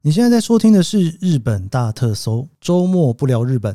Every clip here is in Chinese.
你现在在收听的是日本大特搜，周末不聊日本。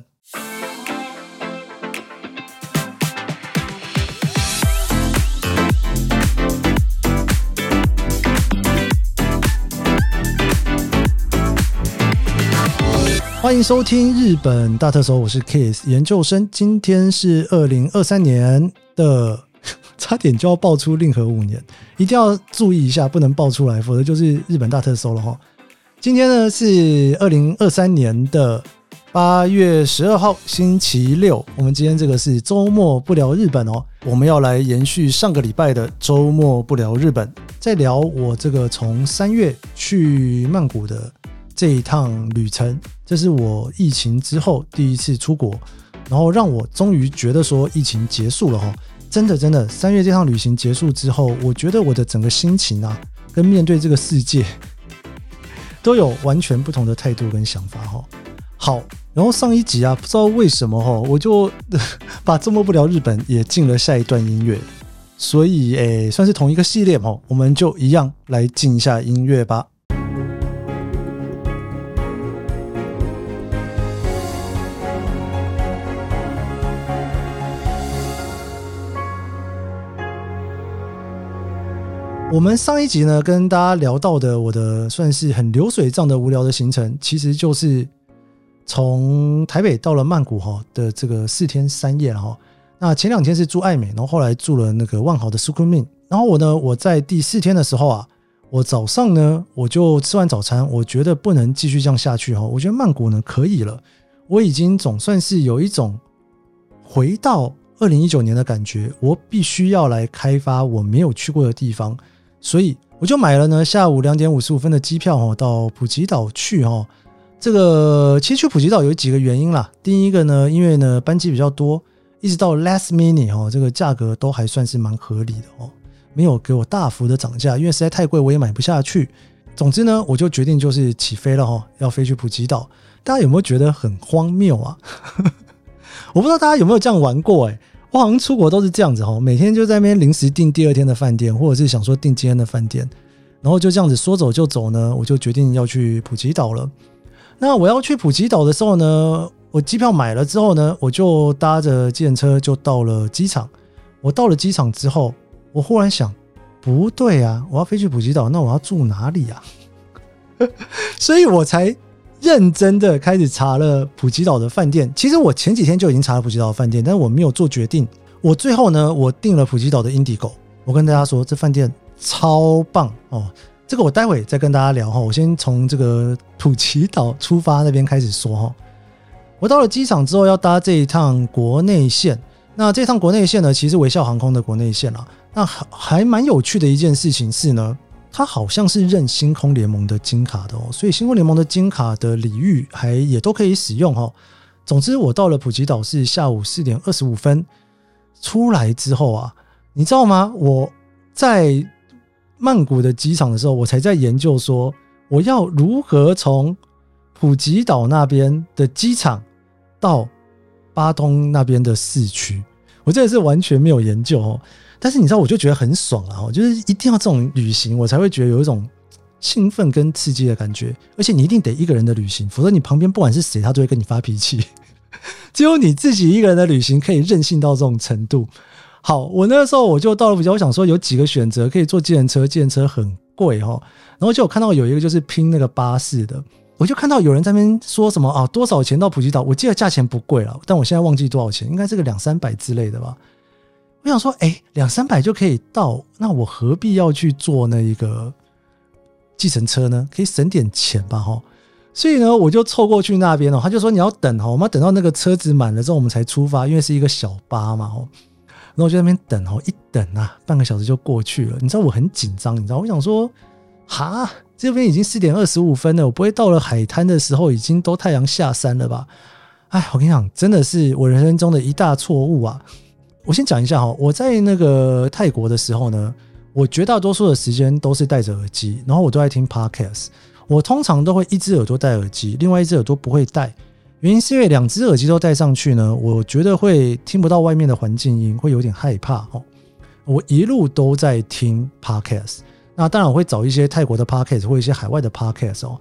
欢迎收听日本大特搜，我是 Kiss 研究生。今天是2023年的差点就要爆出令和5年，一定要注意一下，不能爆出来，否则就是日本大特搜了齁。今天呢是2023年的8月12号星期六，我们今天这个是周末不聊日本哦，我们要来延续上个礼拜的周末不聊日本，再聊我这个从3月去曼谷的这一趟旅程。这是我疫情之后第一次出国，然后让我终于觉得说疫情结束了齁。真的3月这趟旅行结束之后，我觉得我的整个心情啊跟面对这个世界都有完全不同的态度跟想法齁。好，然后上一集啊不知道为什么齁，我就把周末不聊日本也进了下一段音乐，所以算是同一个系列齁，我们就一样来进一下音乐吧。我们上一集呢跟大家聊到的我的算是很流水账的无聊的行程，其实就是从台北到了曼谷的这个4天3夜。那前2天是住爱美，然后后来住了那个万豪的 Sukumin。 然后我在第4天的时候啊，我早上呢我就吃完早餐，我觉得不能继续这样下去，我觉得曼谷呢可以了，我已经总算是有一种回到2019年的感觉，我必须要来开发我没有去过的地方，所以我就买了呢下午2点55分的机票到普吉岛去。这个其实去普吉岛有几个原因啦。第一个呢，因为呢班机比较多，一直到 last minute 这个价格都还算是蛮合理的没有给我大幅的涨价，因为实在太贵我也买不下去。总之呢我就决定就是起飞了要飞去普吉岛。大家有没有觉得很荒谬啊？我不知道大家有没有这样玩过我好像出国都是这样子每天就在那边临时订第2天的饭店，或者是想说订今天的饭店，然后就这样子说走就走呢，我就决定要去普吉岛了。那我要去普吉岛的时候呢，我机票买了之后呢，我就搭着计程车就到了机场。我到了机场之后，我忽然想，不对啊，我要飞去普吉岛，那我要住哪里啊？所以我才认真的开始查了普吉岛的饭店。其实我前几天就已经查了普吉岛的饭店，但是我没有做决定。我最后呢，我订了普吉岛的 Indigo。我跟大家说，这饭店超棒这个我待会再跟大家聊我先从这个普吉岛出发那边开始说我到了机场之后要搭这一趟国内线。那这趟国内线呢，其实是微笑航空的国内线啦。那还蛮有趣的一件事情是呢，它好像是认星空联盟的金卡的所以星空联盟的金卡的礼遇也都可以使用总之我到了普吉岛是下午4点25分出来之后啊，你知道吗？我在曼谷的机场的时候，我才在研究说我要如何从普吉岛那边的机场到巴东那边的市区。我真的是完全没有研究但是你知道我就觉得很爽就是一定要这种旅行我才会觉得有一种兴奋跟刺激的感觉。而且你一定得一个人的旅行，否则你旁边不管是谁他都会跟你发脾气只有你自己一个人的旅行可以任性到这种程度。好，我那个时候我就到了普吉岛，我想说有几个选择可以坐计程车，计程车很贵然后就有看到有一个就是拼那个巴士的，我就看到有人在那边说什么多少钱到普吉岛，我记得价钱不贵了，但我现在忘记多少钱，应该是个200-300之类的吧。我想说200-300就可以到，那我何必要去坐那一个计程车呢？可以省点钱吧所以呢我就凑过去那边他就说你要等我们要等到那个车子满了之后我们才出发，因为是一个小巴嘛然后我就在那边等一等啊半个小时就过去了。你知道我很紧张，你知道我想说这边已经4点25分了，我不会到了海滩的时候已经都太阳下山了吧？我跟你讲，真的是我人生中的一大错误啊。我先讲一下我在那个泰国的时候呢，我绝大多数的时间都是戴着耳机，然后我都在听 podcast。我通常都会一只耳朵戴耳机，另外一只耳朵不会戴，原因是因为2只耳机都戴上去呢，我觉得会听不到外面的环境音，会有点害怕我一路都在听 podcast。那当然我会找一些泰国的 podcast 或一些海外的 podcast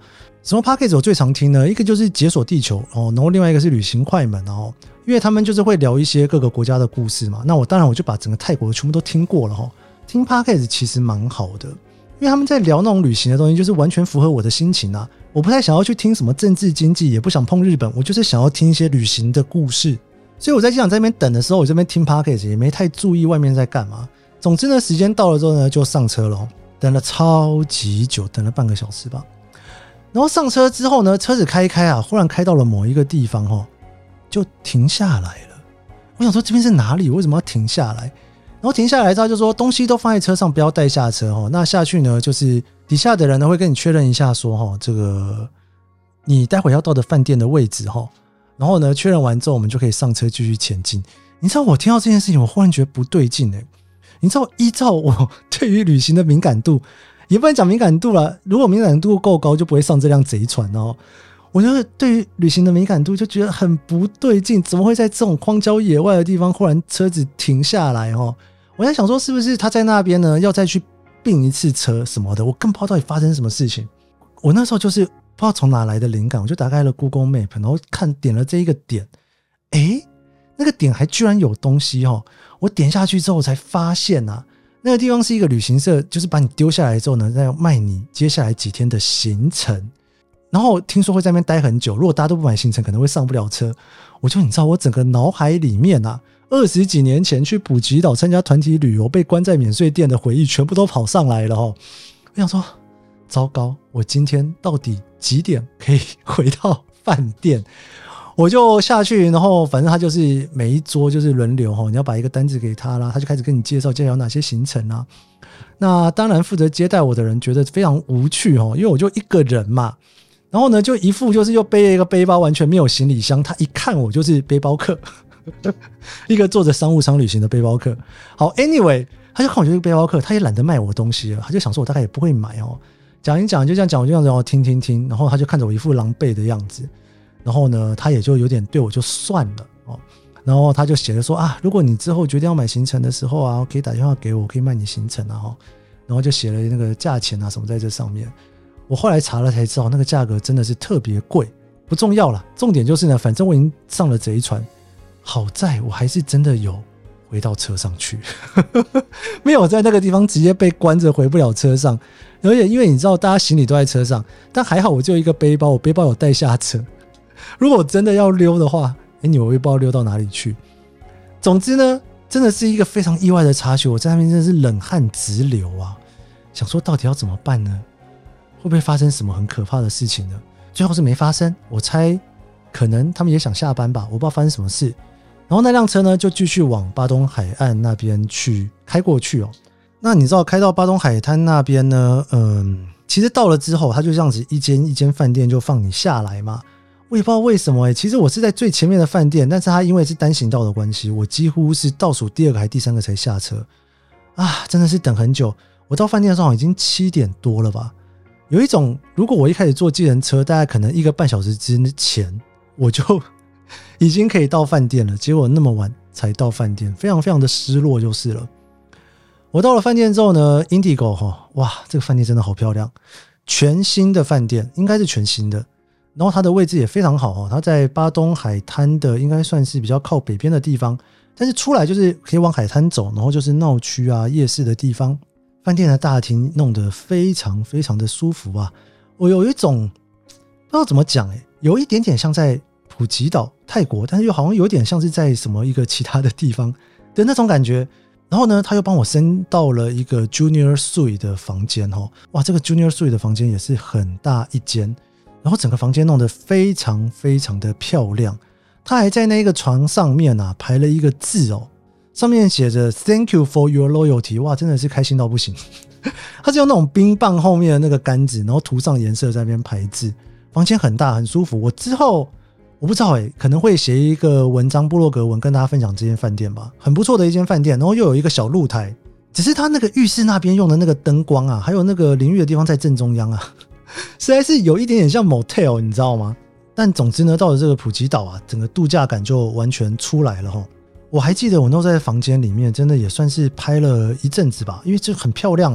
什么 podcast 我最常听呢？一个就是解锁地球然后另外一个是旅行快门因为他们就是会聊一些各个国家的故事嘛。那当然我就把整个泰国全部都听过了听 podcast 其实蛮好的，因为他们在聊那种旅行的东西，就是完全符合我的心情啊。我不太想要去听什么政治经济，也不想碰日本，我就是想要听一些旅行的故事。所以我在机场在那边等的时候，我这边听 podcast 也没太注意外面在干嘛。总之呢，时间到了之后呢，就上车了等了超级久，等了半个小时吧。然后上车之后呢，车子开一开啊，忽然开到了某一个地方就停下来了。我想说这边是哪里？为什么要停下来？然后停下来之后就说东西都放在车上，不要带下车那下去呢，就是底下的人呢会跟你确认一下说这个你待会要到的饭店的位置然后呢确认完之后，我们就可以上车继续前进。你知道我听到这件事情，我忽然觉得不对劲你知道依照我对于旅行的敏感度，也不能讲敏感度啦，如果敏感度够高，就不会上这辆贼船我就是对于旅行的敏感度就觉得很不对劲，怎么会在这种荒郊野外的地方忽然车子停下来我在想说是不是他在那边呢要再去并一次车什么的，我更不知道到底发生什么事情。我那时候就是不知道从哪来的灵感，我就打开了 Google Map， 然后点了这一个点，那个点还居然有东西我点下去之后才发现那个地方是一个旅行社，就是把你丢下来之后呢，再卖你接下来几天的行程。然后听说会在那边待很久，如果大家都不买行程可能会上不了车。你知道我整个脑海里面20几年前去普吉岛参加团体旅游被关在免税店的回忆全部都跑上来了我想说糟糕，我今天到底几点可以回到饭店？我就下去，然后反正他就是每一桌就是轮流你要把一个单子给他啦，他就开始跟你介绍接下来有哪些行程啊。那当然负责接待我的人觉得非常无趣因为我就一个人嘛，然后呢就一副就是又背了一个背包，完全没有行李箱，他一看我就是背包客一个坐着商务舱旅行的背包客。好 anyway， 他就看我就是背包客，他也懒得卖我东西了，他就想说我大概也不会买讲一讲就这样讲，我就这样子听，然后他就看着我一副狼狈的样子，然后呢他也就有点对我就算了然后他就写了说如果你之后决定要买行程的时候可以打电话给我，可以卖你行程然后就写了那个价钱什么在这上面。我后来查了才知道那个价格真的是特别贵，不重要啦，重点就是呢，反正我已经上了贼船，好在我还是真的有回到车上去没有在那个地方直接被关着回不了车上。而且因为你知道大家行李都在车上，但还好我就一个背包，我背包有带下车，如果真的要溜的话你我也不知道溜到哪里去。总之呢真的是一个非常意外的插曲，我在那边真的是冷汗直流想说到底要怎么办呢？会不会发生什么很可怕的事情呢？最后是没发生，我猜可能他们也想下班吧，我不知道发生什么事。然后那辆车呢就继续往巴东海岸那边去开过去那你知道开到巴东海滩那边呢其实到了之后他就这样子一间一间饭店就放你下来嘛。我也不知道为什么其实我是在最前面的饭店，但是他因为是单行道的关系，我几乎是倒数第二个还第三个才下车真的是等很久。我到饭店的时候已经7点多了吧，有一种如果我一开始坐计程车大概可能1个半小时之前我就已经可以到饭店了，结果那么晚才到饭店，非常非常的失落就是了。我到了饭店之后呢 Indigo 哇这个饭店真的好漂亮，全新的饭店，应该是全新的，然后它的位置也非常好它在巴东海滩的应该算是比较靠北边的地方，但是出来就是可以往海滩走，然后就是闹区夜市的地方。饭店的大厅弄得非常非常的舒服我有一种不知道怎么讲有一点点像在普吉岛泰国，但是又好像有点像是在什么一个其他的地方的那种感觉。然后呢他又帮我升到了一个 Junior Suite 的房间哇这个 Junior Suite 的房间也是很大一间，然后整个房间弄得非常非常的漂亮。他还在那个床上面排了一个字上面写着 Thank you for your loyalty， 哇真的是开心到不行他是用那种冰棒后面的那个杆子，然后涂上颜色在那边排字。房间很大很舒服，我之后我不知道可能会写一个文章部落格文跟大家分享这间饭店吧，很不错的一间饭店，然后又有一个小露台，只是他那个浴室那边用的那个灯光还有那个淋浴的地方在正中央实在是有一点点像 motel 你知道吗？但总之呢到了这个普吉岛整个度假感就完全出来了我还记得我那时候在房间里面真的也算是拍了一阵子吧，因为就很漂亮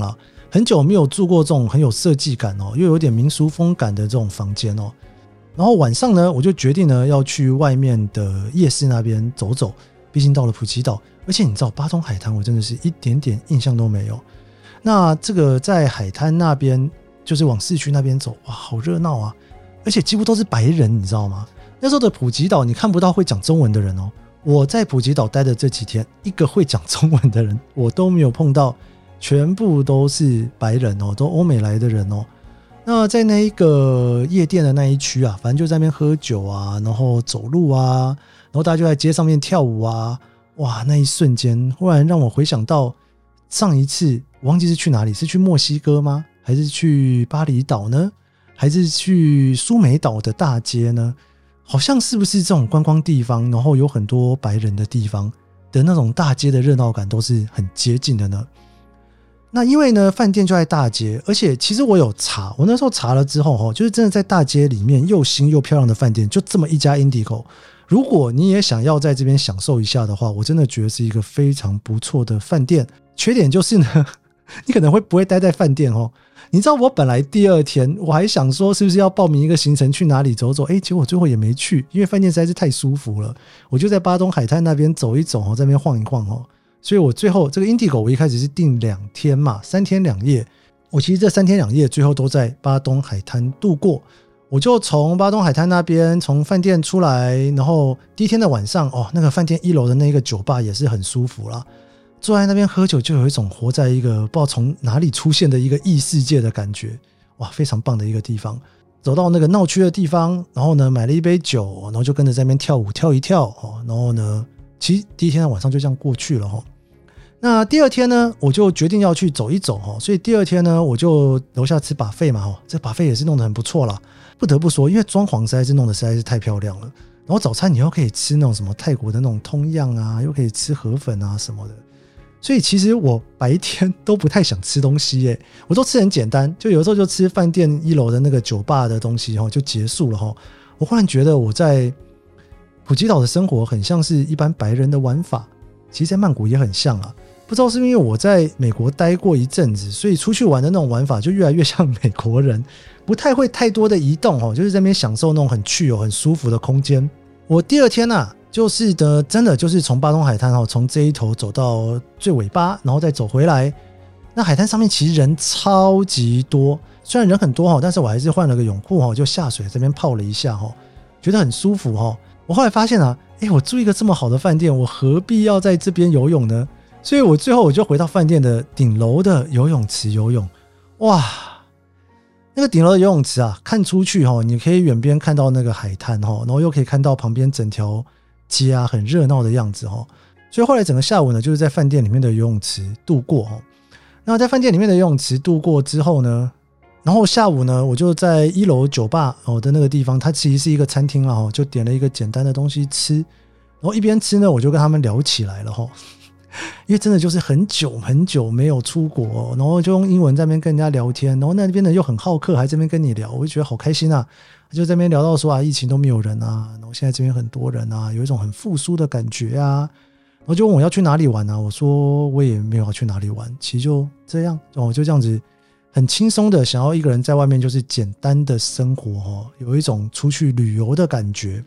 很久没有住过这种很有设计感哦，又有点民俗风感的这种房间哦。然后晚上呢，我就决定呢要去外面的夜市那边走走，毕竟到了普吉岛，而且你知道巴东海滩我真的是一点点印象都没有。那这个在海滩那边就是往市区那边走，哇，好热闹啊！而且几乎都是白人，你知道吗？那时候的普吉岛你看不到会讲中文的人哦。我在普吉岛待的这几天，一个会讲中文的人我都没有碰到，全部都是白人哦，都欧美来的人哦。那在那一个夜店的那一区啊，反正就在那边喝酒啊，然后走路啊，然后大家就在街上面跳舞啊，哇，那一瞬间忽然让我回想到上一次我忘记是去哪里，是去墨西哥吗？还是去巴厘岛呢？还是去苏梅岛的大街呢？好像是不是这种观光地方，然后有很多白人的地方的那种大街的热闹感都是很接近的呢？那因为呢饭店就在大街，而且其实我有查，我那时候查了之后就是真的在大街里面又新又漂亮的饭店就这么一家 Indigo， 如果你也想要在这边享受一下的话，我真的觉得是一个非常不错的饭店。缺点就是呢你可能不会待在饭店哦。你知道我本来第二天我还想说是不是要报名一个行程去哪里走走，结果最后也没去，因为饭店实在是太舒服了，我就在巴东海滩那边走一走，在那边晃一晃哦。所以我最后这个 Indigo 我一开始是订2天嘛，3天2夜，我其实这3天2夜最后都在巴东海滩度过。我就从巴东海滩那边从饭店出来，然后第一天的晚上那个饭店1楼的那个酒吧也是很舒服啦，坐在那边喝酒就有一种活在一个不知道从哪里出现的一个异世界的感觉，哇，非常棒的一个地方。走到那个闹区的地方，然后呢买了一杯酒，然后就跟着在那边跳舞跳一跳，然后呢其实第一天的晚上就这样过去了。那第二天呢我就决定要去走一走，所以第二天呢我就楼下吃 buffet 嘛，这 buffet 也是弄得很不错啦，不得不说因为装潢实在是弄得实在是太漂亮了，然后早餐你又可以吃那种什么泰国的那种通样啊，又可以吃河粉啊什么的，所以其实我白天都不太想吃东西耶，我都吃很简单，就有时候就吃饭店1楼的那个酒吧的东西就结束了。我忽然觉得我在普吉岛的生活很像是一般白人的玩法，其实在曼谷也很像啦，不知道是因为我在美国待过一阵子，所以出去玩的那种玩法就越来越像美国人，不太会太多的移动就是在那边享受那种很去很舒服的空间。我第二天就是的，真的就是从巴东海滩从这一头走到最尾巴，然后再走回来。那海滩上面其实人超级多，虽然人很多但是我还是换了个泳裤就下水这边泡了一下觉得很舒服我后来发现我住一个这么好的饭店，我何必要在这边游泳呢？所以我最后就回到饭店的顶楼的游泳池游泳。哇，那个顶楼的游泳池看出去你可以远边看到那个海滩然后又可以看到旁边整条街很热闹的样子所以后来整个下午呢就是在饭店里面的游泳池度过那在饭店里面的游泳池度过之后呢，然后下午呢我就在1楼酒吧的那个地方，它其实是一个餐厅就点了一个简单的东西吃，然后一边吃呢我就跟他们聊起来了因为真的就是很久很久没有出国然后就用英文在那边跟人家聊天，然后那边的又很好客，还在那边跟你聊，我就觉得好开心啊。就在那边聊到说疫情都没有人然后现在这边很多人有一种很复苏的感觉然后就问我要去哪里玩我说我也没有要去哪里玩，其实就这样就这样子很轻松的想要一个人在外面就是简单的生活有一种出去旅游的感觉。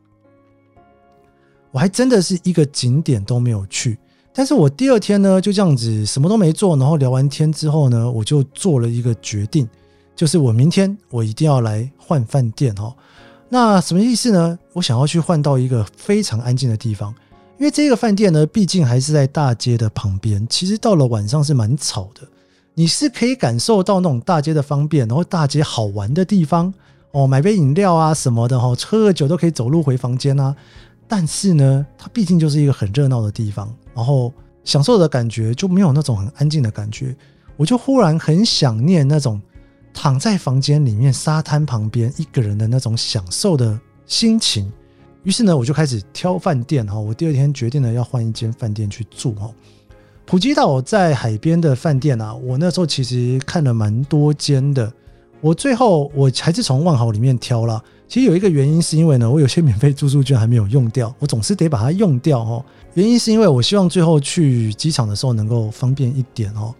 我还真的是一个景点都没有去，但是我第二天呢就这样子什么都没做，然后聊完天之后呢我就做了一个决定，就是我明天我一定要来换饭店那什么意思呢？我想要去换到一个非常安静的地方，因为这个饭店呢毕竟还是在大街的旁边，其实到了晚上是蛮吵的，你是可以感受到那种大街的方便，然后大街好玩的地方买杯饮料什么的喝个酒都可以走路回房间但是呢它毕竟就是一个很热闹的地方，然后享受的感觉就没有那种很安静的感觉，我就忽然很想念那种躺在房间里面沙滩旁边一个人的那种享受的心情。于是呢我就开始挑饭店我第二天决定了要换一间饭店去住普吉岛在海边的饭店我那时候其实看了蛮多间的，我最后我还是从万豪里面挑啦。其实有一个原因是因为呢我有些免费住宿券还没有用掉，我总是得把它用掉原因是因为我希望最后去机场的时候能够方便一点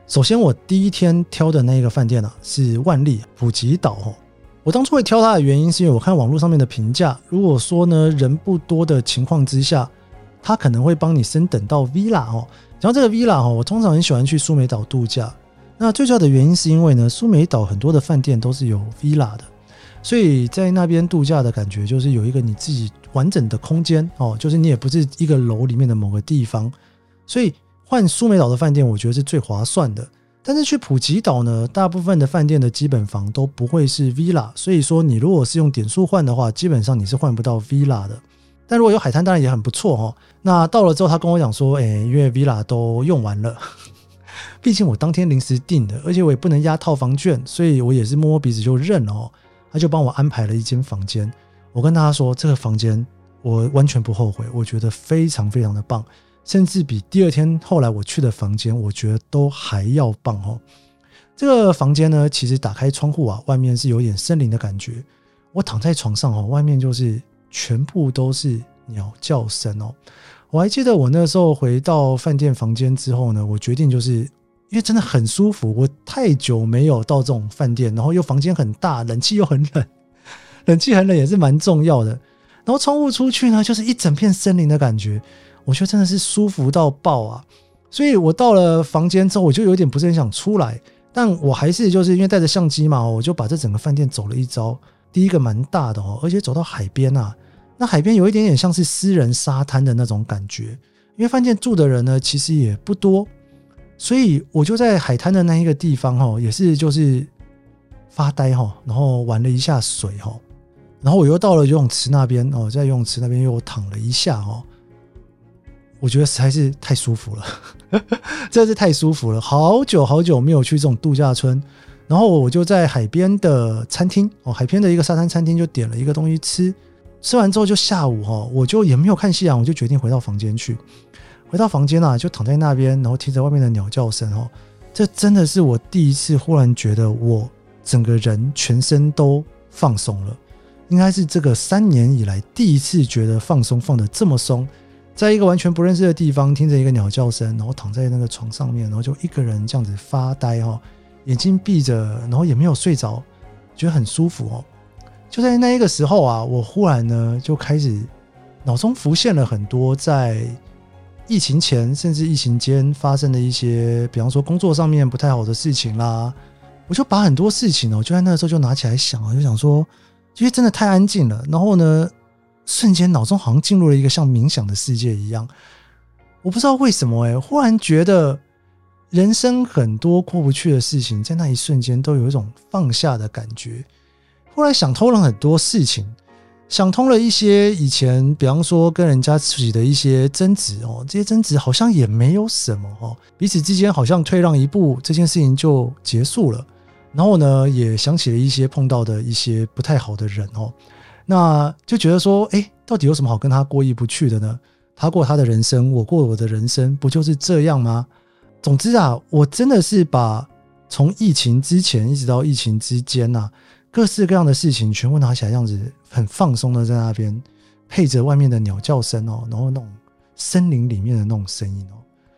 首先我第一天挑的那个饭店是万丽普吉岛。我当初会挑它的原因是因为我看网络上面的评价，如果说呢人不多的情况之下，它可能会帮你升等到 Villa。 讲到这个 Villa， 我通常很喜欢去苏梅岛度假，那最主要的原因是因为呢苏梅岛很多的饭店都是有 Villa 的，所以在那边度假的感觉就是有一个你自己完整的空间，就是你也不是一个楼里面的某个地方，所以换苏梅岛的饭店我觉得是最划算的。但是去普吉岛呢，大部分的饭店的基本房都不会是 Villa， 所以说你如果是用点数换的话，基本上你是换不到 Villa 的。但如果有海滩当然也很不错。那到了之后他跟我讲说因为 Villa 都用完了毕竟我当天临时订的，而且我也不能压套房券，所以我也是摸摸鼻子就认了。他就帮我安排了一间房间，我跟他说这个房间我完全不后悔，我觉得非常非常的棒，甚至比第二天后来我去的房间我觉得都还要棒。这个房间呢其实打开窗户外面是有点森林的感觉，我躺在床上外面就是全部都是鸟叫声。我还记得我那时候回到饭店房间之后呢，我决定就是因为真的很舒服，我太久没有到这种饭店，然后又房间很大，冷气又很冷，冷气很冷也是蛮重要的，然后窗户出去呢就是一整片森林的感觉，我觉得真的是舒服到爆所以我到了房间之后我就有点不是很想出来，但我还是就是因为带着相机嘛，我就把这整个饭店走了一遭。第一个蛮大的而且走到海边那海边有一点点像是私人沙滩的那种感觉，因为饭店住的人呢其实也不多，所以我就在海滩的那一个地方也是就是发呆然后玩了一下水然后我又到了游泳池那边在游泳池那边又躺了一下我觉得实在是太舒服了真的是太舒服了，好久好久没有去这种度假村。然后我就在海边的餐厅海边的一个沙滩餐厅就点了一个东西吃，吃完之后就下午我就也没有看夕阳，我就决定回到房间去。回到房间就躺在那边，然后听着外面的鸟叫声这真的是我第一次忽然觉得我整个人全身都放松了，应该是这个3年以来第一次觉得放松放得这么松，在一个完全不认识的地方听着一个鸟叫声，然后躺在那个床上面，然后就一个人这样子发呆眼睛闭着，然后也没有睡着，觉得很舒服就在那一个时候我忽然呢就开始脑中浮现了很多在疫情前甚至疫情间发生的一些比方说工作上面不太好的事情啦，我就把很多事情就在那个时候就拿起来想就想说因为真的太安静了，然后呢瞬间脑中好像进入了一个像冥想的世界一样，我不知道为什么忽然觉得人生很多过不去的事情在那一瞬间都有一种放下的感觉，后来想通了很多事情，想通了一些以前比方说跟人家起的一些争执这些争执好像也没有什么彼此之间好像退让一步，这件事情就结束了。然后呢也想起了一些碰到的一些不太好的人那就觉得说到底有什么好跟他过意不去的呢？他过他的人生，我过我的人生，不就是这样吗？总之我真的是把从疫情之前一直到疫情之间各式各样的事情全部拿起来，这样子很放松的在那边配着外面的鸟叫声然后那种森林里面的那种声音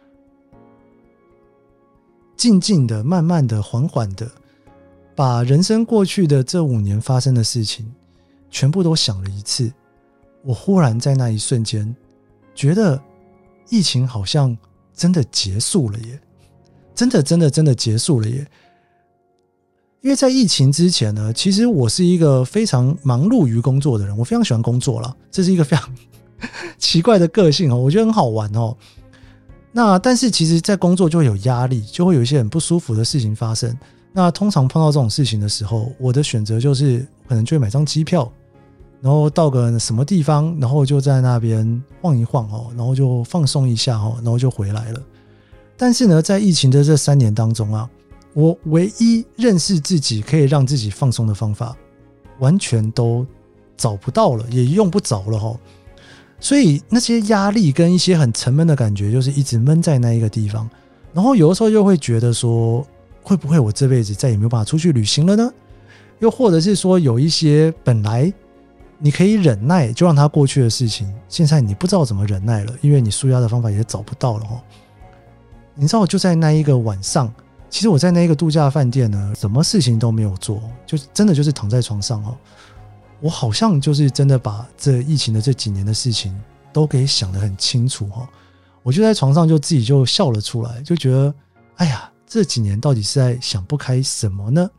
静静的慢慢的缓缓的把人生过去的这5年发生的事情全部都想了一次。我忽然在那一瞬间觉得疫情好像真的结束了耶，真的结束了耶。因为在疫情之前呢，其实我是一个非常忙碌于工作的人，我非常喜欢工作啦，这是一个非常奇怪的个性我觉得很好玩那但是其实在工作就会有压力，就会有一些很不舒服的事情发生。那通常碰到这种事情的时候，我的选择就是可能就会买张机票，然后到个什么地方，然后就在那边晃一晃然后就放松一下然后就回来了。但是呢在疫情的这3年当中我唯一认识自己可以让自己放松的方法完全都找不到了，也用不着了所以那些压力跟一些很沉闷的感觉就是一直闷在那一个地方，然后有的时候又会觉得说会不会我这辈子再也没有办法出去旅行了呢？又或者是说有一些本来你可以忍耐就让它过去的事情，现在你不知道怎么忍耐了，因为你抒压的方法也找不到了你知道就在那一个晚上， 其实我在那个度假饭店呢，什么事情都没有做，就真的就是躺在床上哦。我好像就是真的把这疫情的这几年的事情都给想得很清楚哦。我就在床上就自己就笑了出来，就觉得哎呀，这几年到底是在想不开什么呢？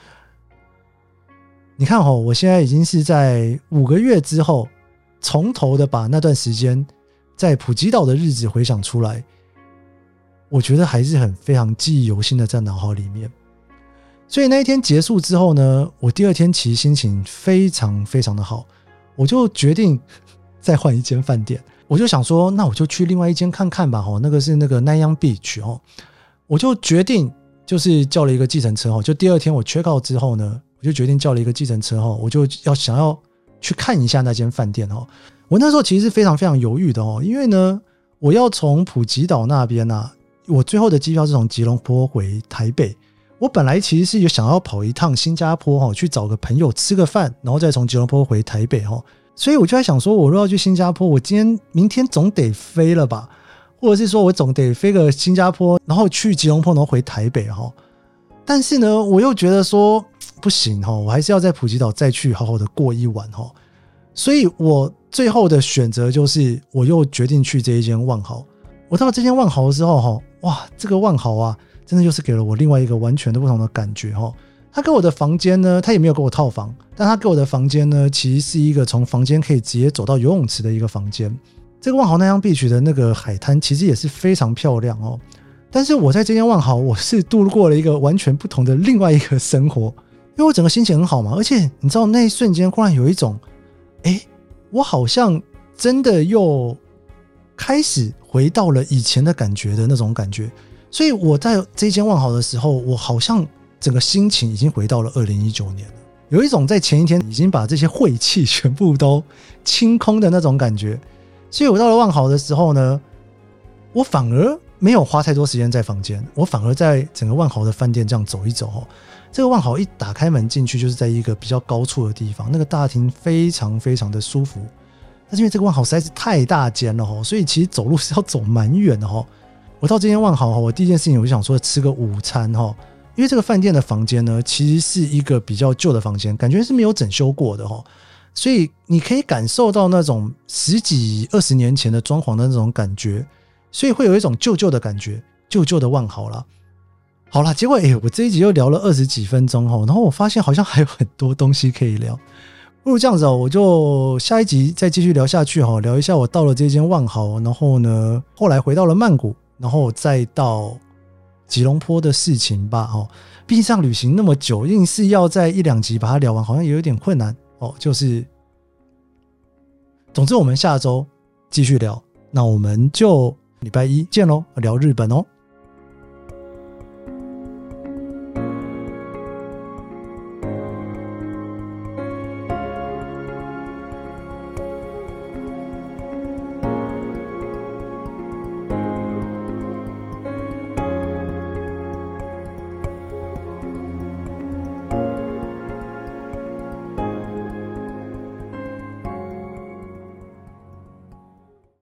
你看哦，我现在已经是在5个月之后从头的把那段时间在普吉岛的日子回想出来，我觉得还是很非常记忆犹新的在脑海里面。所以那一天结束之后呢，我第二天其实心情非常非常的好，我就决定再换一间饭店。我就想说，那我就去另外一间看看吧，那个是那个 Nanyang Beach， 我就决定就是叫了一个计程车，就第二天我 check out 之后呢，我就决定叫了一个计程车，我就想要去看一下那间饭店。我那时候其实是非常非常犹豫的，因为呢我要从普吉岛那边啊，我最后的机票是从吉隆坡回台北，我本来其实是想要跑一趟新加坡去找个朋友吃个饭，然后再从吉隆坡回台北，所以我就在想说，我如果要去新加坡，我明天总得飞了吧，或者是说我总得飞个新加坡，然后去吉隆坡，然后回台北。但是呢我又觉得说不行，我还是要在普吉岛再去好好的过一晚。所以我最后的选择就是我又决定去这一间万豪。我到这间万豪的时候，哇，这个万豪啊真的就是给了我另外一个完全的不同的感觉。他给我的房间呢，他也没有给我套房，但他给我的房间呢，其实是一个从房间可以直接走到游泳池的一个房间。这个万豪Nanyang Beach的那个海滩其实也是非常漂亮哦。但是我在这间万豪，我是度过了一个完全不同的另外一个生活，因为我整个心情很好嘛，而且你知道那一瞬间忽然有一种，我好像真的又开始回到了以前的感觉的那种感觉。所以我在这间万豪的时候，我好像整个心情已经回到了2019年了，有一种在前一天已经把这些晦气全部都清空的那种感觉。所以我到了万豪的时候呢，我反而没有花太多时间在房间，我反而在整个万豪的饭店这样走一走。这个万豪一打开门进去就是在一个比较高处的地方，那个大厅非常非常的舒服。但是因为这个万豪实在是太大间了，所以其实走路是要走蛮远的。我到这间万豪，我第一件事情我就想说吃个午餐。因为这个饭店的房间呢，其实是一个比较旧的房间，感觉是没有整修过的。所以你可以感受到那种10几20年前的装潢的那种感觉，所以会有一种旧旧的感觉，旧旧的万豪啦。好啦，结果我这一集又聊了20几分钟，然后我发现好像还有很多东西可以聊。不如这样子，我就下一集再继续聊下去，聊一下我到了这间万豪，然后呢后来回到了曼谷，然后再到吉隆坡的事情吧。毕竟上旅行那么久，硬是要在1-2集把它聊完，好像也有点困难。就是总之我们下周继续聊，那我们就礼拜一见咯，聊日本哦。